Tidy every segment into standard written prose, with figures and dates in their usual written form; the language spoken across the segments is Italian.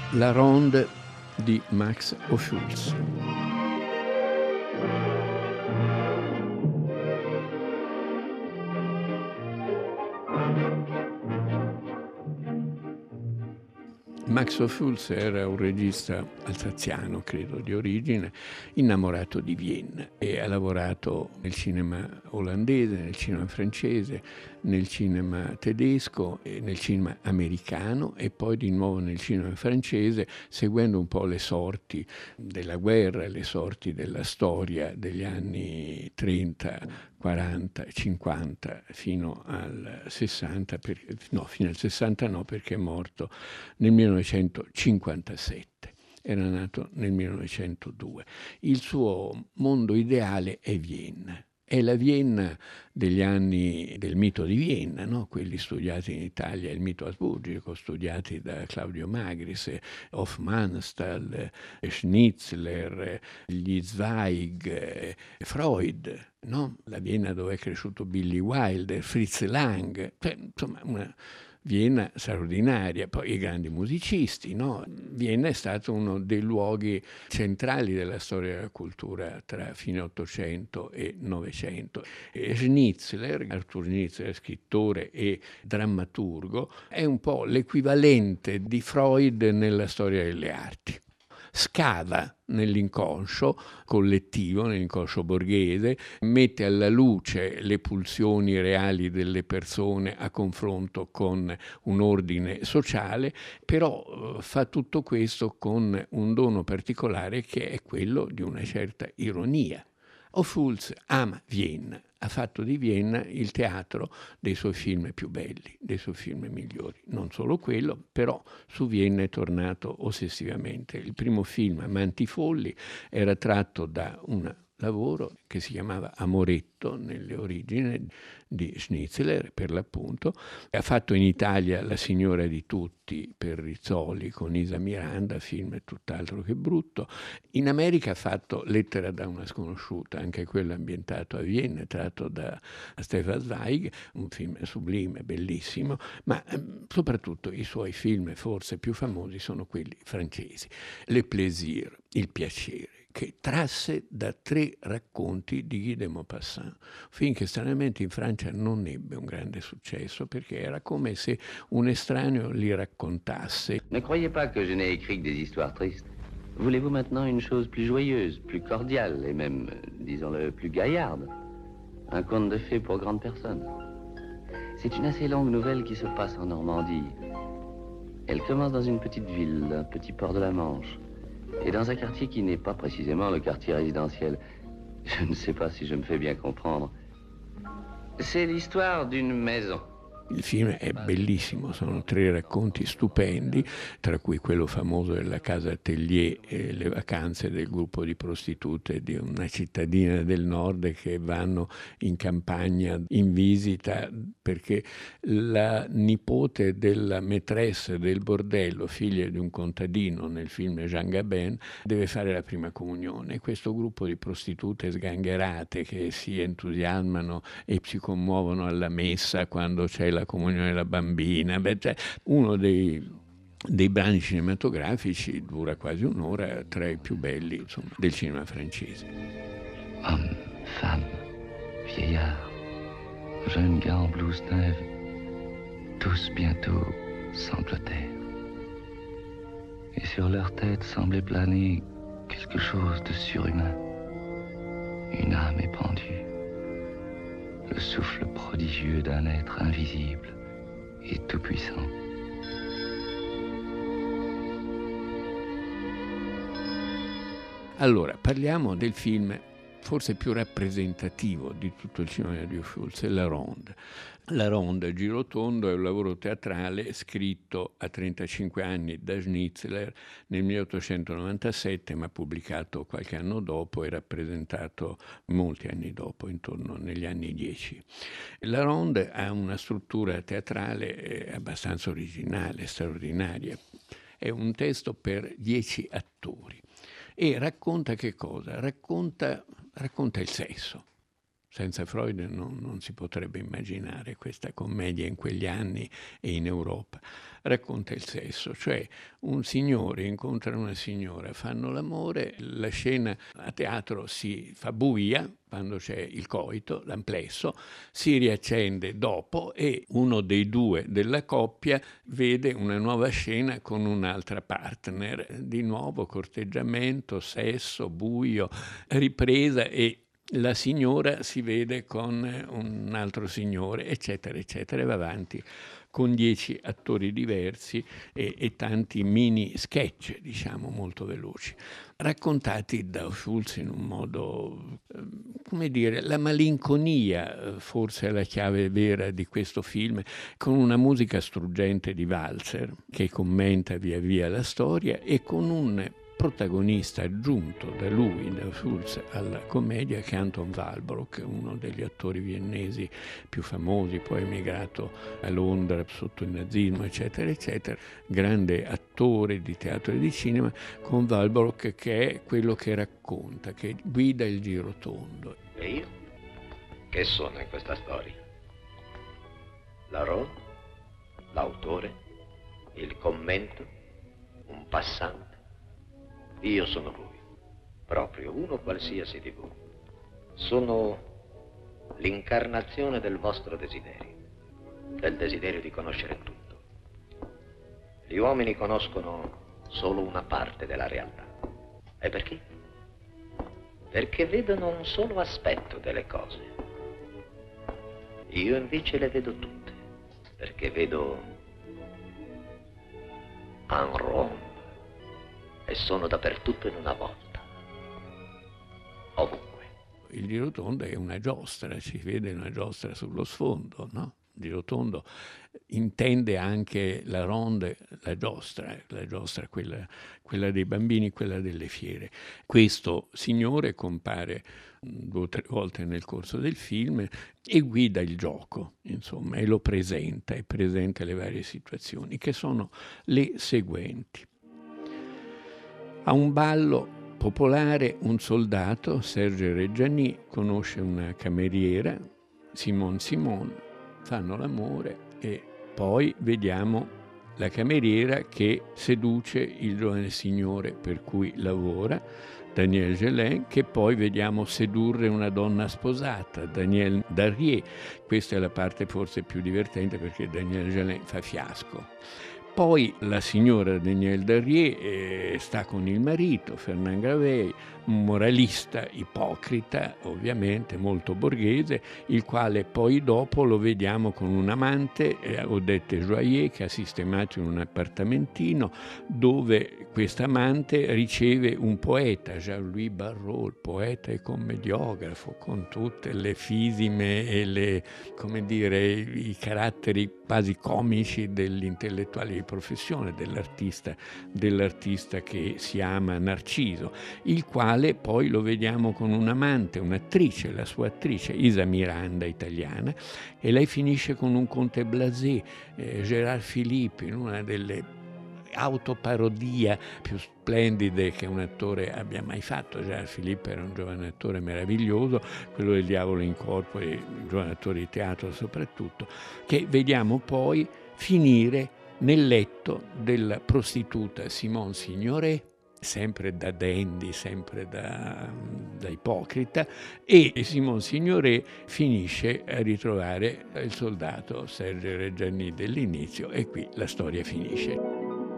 La Ronde di Max Ophüls. Max Ophüls era un regista alsaziano, credo, di origine, innamorato di Vienna e ha lavorato nel cinema olandese, nel cinema francese, nel cinema tedesco e nel cinema americano e poi di nuovo nel cinema francese, seguendo un po' le sorti della guerra, le sorti della storia degli anni 30, 40, 50 fino al 60, no, fino al 60 no, perché è morto nel 1957. Era nato nel 1902. Il suo mondo ideale è Vienna. È la Vienna degli anni del mito di Vienna, no? Quelli studiati in Italia, il mito asburgico, studiati da Claudio Magris, Hofmannsthal, Schnitzler, gli Zweig, Freud, no? La Vienna dove è cresciuto Billy Wilder, Fritz Lang, cioè, insomma una Vienna straordinaria, poi i grandi musicisti, no? Vienna è stato uno dei luoghi centrali della storia della cultura tra fine Ottocento e Novecento. Schnitzler, Arthur Schnitzler, scrittore e drammaturgo, è un po' l'equivalente di Freud nella storia delle arti. Scava nell'inconscio collettivo, nell'inconscio borghese, mette alla luce le pulsioni reali delle persone a confronto con un ordine sociale, però fa tutto questo con un dono particolare che è quello di una certa ironia. Ophüls ama Vienna, ha fatto di Vienna il teatro dei suoi film più belli, dei suoi film migliori. Non solo quello, però su Vienna è tornato ossessivamente. Il primo film, Amanti folli, era tratto da un lavoro che si chiamava Amoretto nelle origini di Schnitzler, per l'appunto. Ha fatto in Italia La signora di tutti per Rizzoli con Isa Miranda, film tutt'altro che brutto. In America ha fatto Lettera da una sconosciuta, anche quello ambientato a Vienna, tratto da Stefan Zweig, un film sublime, bellissimo, ma soprattutto i suoi film forse più famosi sono quelli francesi. Le Plaisir, Il piacere, che trasse da 3 racconti di Guy de Maupassant, film che stranamente in Francia non ebbe un grande successo perché era come se un estraneo li raccontasse. Ne croyez pas que je n'ai écrit que des histoires tristes. Voulez-vous maintenant une chose plus joyeuse, plus cordiale et même, disons-le, plus gaillarde? Un conte de fées pour grandes personnes. C'est une assez longue nouvelle qui se passe en Normandie. Elle commence dans une petite ville, un petit port de la Manche, et dans un quartier qui n'est pas précisément le quartier résidentiel. Je ne sais pas si je me fais bien comprendre. C'est l'histoire d'une maison. Il film è bellissimo, sono 3 racconti stupendi, tra cui quello famoso della casa Atelier e le vacanze del gruppo di prostitute di una cittadina del nord che vanno in campagna in visita perché la nipote della maîtresse del bordello, figlia di un contadino nel film Jean Gabin, deve fare la prima comunione. Questo gruppo di prostitute sgangherate che si entusiasmano e si commuovono alla messa quando c'è la comunione della bambina. Beh, cioè, uno dei brani cinematografici dura quasi un'ora, tra i più belli, insomma, del cinema francese. Hommes, femmes, vieillards, jeunes gars en blouse neuve, tous bientôt sanglotaient. Et sur leur tête semblait planer quelque chose de surhumain, une âme épandue, le souffle prodigieux d'un être invisible et tout-puissant. Allora, parliamo del film forse più rappresentativo di tutto il cinema di Ophüls, è La Ronde. La Ronde, Girotondo, è un lavoro teatrale scritto a 35 anni da Schnitzler nel 1897, ma pubblicato qualche anno dopo e rappresentato molti anni dopo, intorno negli anni 10. La Ronde ha una struttura teatrale abbastanza originale, straordinaria. È un testo per 10 attori. E racconta che cosa? Racconta il sesso. Senza Freud non si potrebbe immaginare questa commedia in quegli anni e in Europa. racconta il sesso, cioè un signore incontra una signora, fanno l'amore, la scena a teatro si fa buia quando c'è il coito, l'amplesso, si riaccende dopo e uno dei due della coppia vede una nuova scena con un'altra partner, di nuovo corteggiamento, sesso, buio, ripresa e la signora si vede con un altro signore, eccetera, eccetera, e va avanti con 10 attori diversi e tanti mini sketch, diciamo, molto veloci, raccontati da Schulz in un modo, come dire, la malinconia forse è la chiave vera di questo film, con una musica struggente di Walzer che commenta via via la storia e con un protagonista aggiunto da lui, da Schulz, alla commedia, che è Anton Walbrock, uno degli attori viennesi più famosi, poi emigrato a Londra sotto il nazismo, eccetera, eccetera, grande attore di teatro e di cinema, con Walbrock che è quello che racconta, che guida il girotondo. E io? Che sono in questa storia? La Ron? L'autore? Il commento? Un passante? Io sono voi, proprio uno qualsiasi di voi. Sono l'incarnazione del vostro desiderio, del desiderio di conoscere tutto. Gli uomini conoscono solo una parte della realtà. E perché? Perché vedono un solo aspetto delle cose. Io invece le vedo tutte, perché vedo un rombo. E sono dappertutto in una volta, ovunque. Il girotondo è una giostra, si vede una giostra sullo sfondo, no? Il girotondo intende anche la ronde, la giostra quella dei bambini, quella delle fiere. Questo signore compare 2 o 3 volte nel corso del film e guida il gioco, insomma, e lo presenta, e presenta le varie situazioni, che sono le seguenti. A un ballo popolare un soldato, Serge Reggiani, conosce una cameriera, Simone Simon, fanno l'amore e poi vediamo la cameriera che seduce il giovane signore per cui lavora, Daniel Gelin, che poi vediamo sedurre una donna sposata, Daniel Darrier. Questa è la parte forse più divertente perché Daniel Gelin fa fiasco. Poi la signora Danielle Darrier sta con il marito, Fernand Gravey, un moralista ipocrita, ovviamente molto borghese, il quale poi dopo lo vediamo con un amante, Odette Joyer, che ha sistemato in un appartamentino dove questa amante riceve un poeta, Jean-Louis Barrault, il poeta e commediografo, con tutte le fisime e come dire, i caratteri quasi comici dell'intellettuale di professione, dell'artista che si ama Narciso, il quale poi lo vediamo con un'amante, un'attrice, la sua attrice, Isa Miranda, italiana, e lei finisce con un conte blasé, Gérard Philippe, in una delle autoparodia più splendide che un attore abbia mai fatto. Gérard Philippe era un giovane attore meraviglioso, quello del Diavolo in corpo, e un giovane attore di teatro soprattutto, che vediamo poi finire nel letto della prostituta Simone Signoret, sempre da dandy, sempre da ipocrita, e Simone Signoret finisce a ritrovare il soldato Serge Reggiani dell'inizio e qui la storia finisce.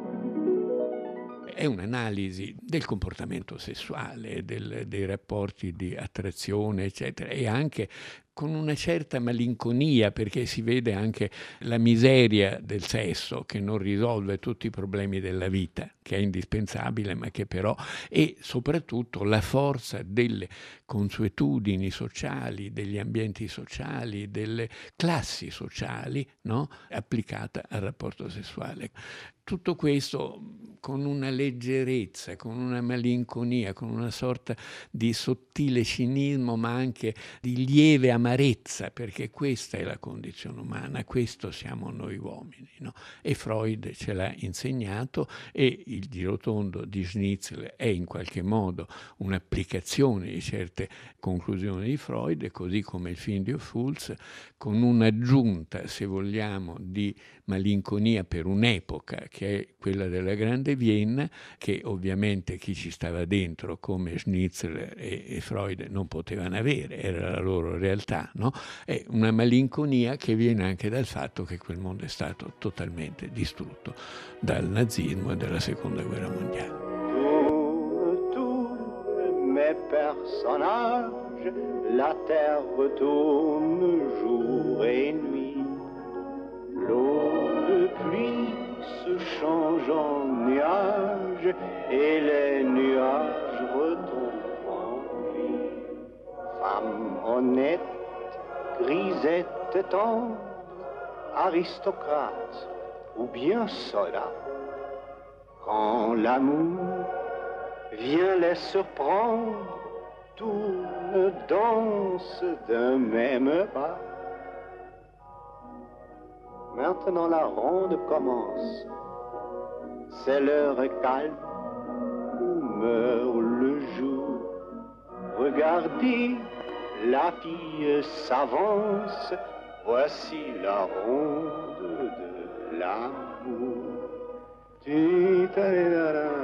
È un'analisi del comportamento sessuale, dei rapporti di attrazione, eccetera, e anche con una certa malinconia, perché si vede anche la miseria del sesso che non risolve tutti i problemi della vita, che è indispensabile, ma che però, e soprattutto la forza delle consuetudini sociali, degli ambienti sociali, delle classi sociali, no? Applicata al rapporto sessuale. Tutto questo con una leggerezza, con una malinconia, con una sorta di sottile cinismo, ma anche di lieve amarezza, perché questa è la condizione umana, questo siamo noi uomini, no? E Freud ce l'ha insegnato, e il girotondo di Schnitzel è in qualche modo un'applicazione di certe conclusioni di Freud, così come il film di Fools, con un'aggiunta, se vogliamo, di malinconia per un'epoca che è quella della Grande Vienna, che ovviamente chi ci stava dentro come Schnitzel e Freud non potevano avere, era la loro realtà, no? È una malinconia che viene anche dal fatto che quel mondo è stato totalmente distrutto dal nazismo e dalla Seconda Guerra Mondiale. Mes personnages, la terre tourne jour et nuit. L'eau de pluie se change en nuages et les nuages retombent en pluie. Femme honnête, grisette tendre, aristocrate ou bien soldat, quand l'amour vient les surprendre, tourne, danse d'un même pas. Maintenant la ronde commence, c'est l'heure calme où meurt le jour. Regardez, la fille s'avance, voici la ronde de l'amour.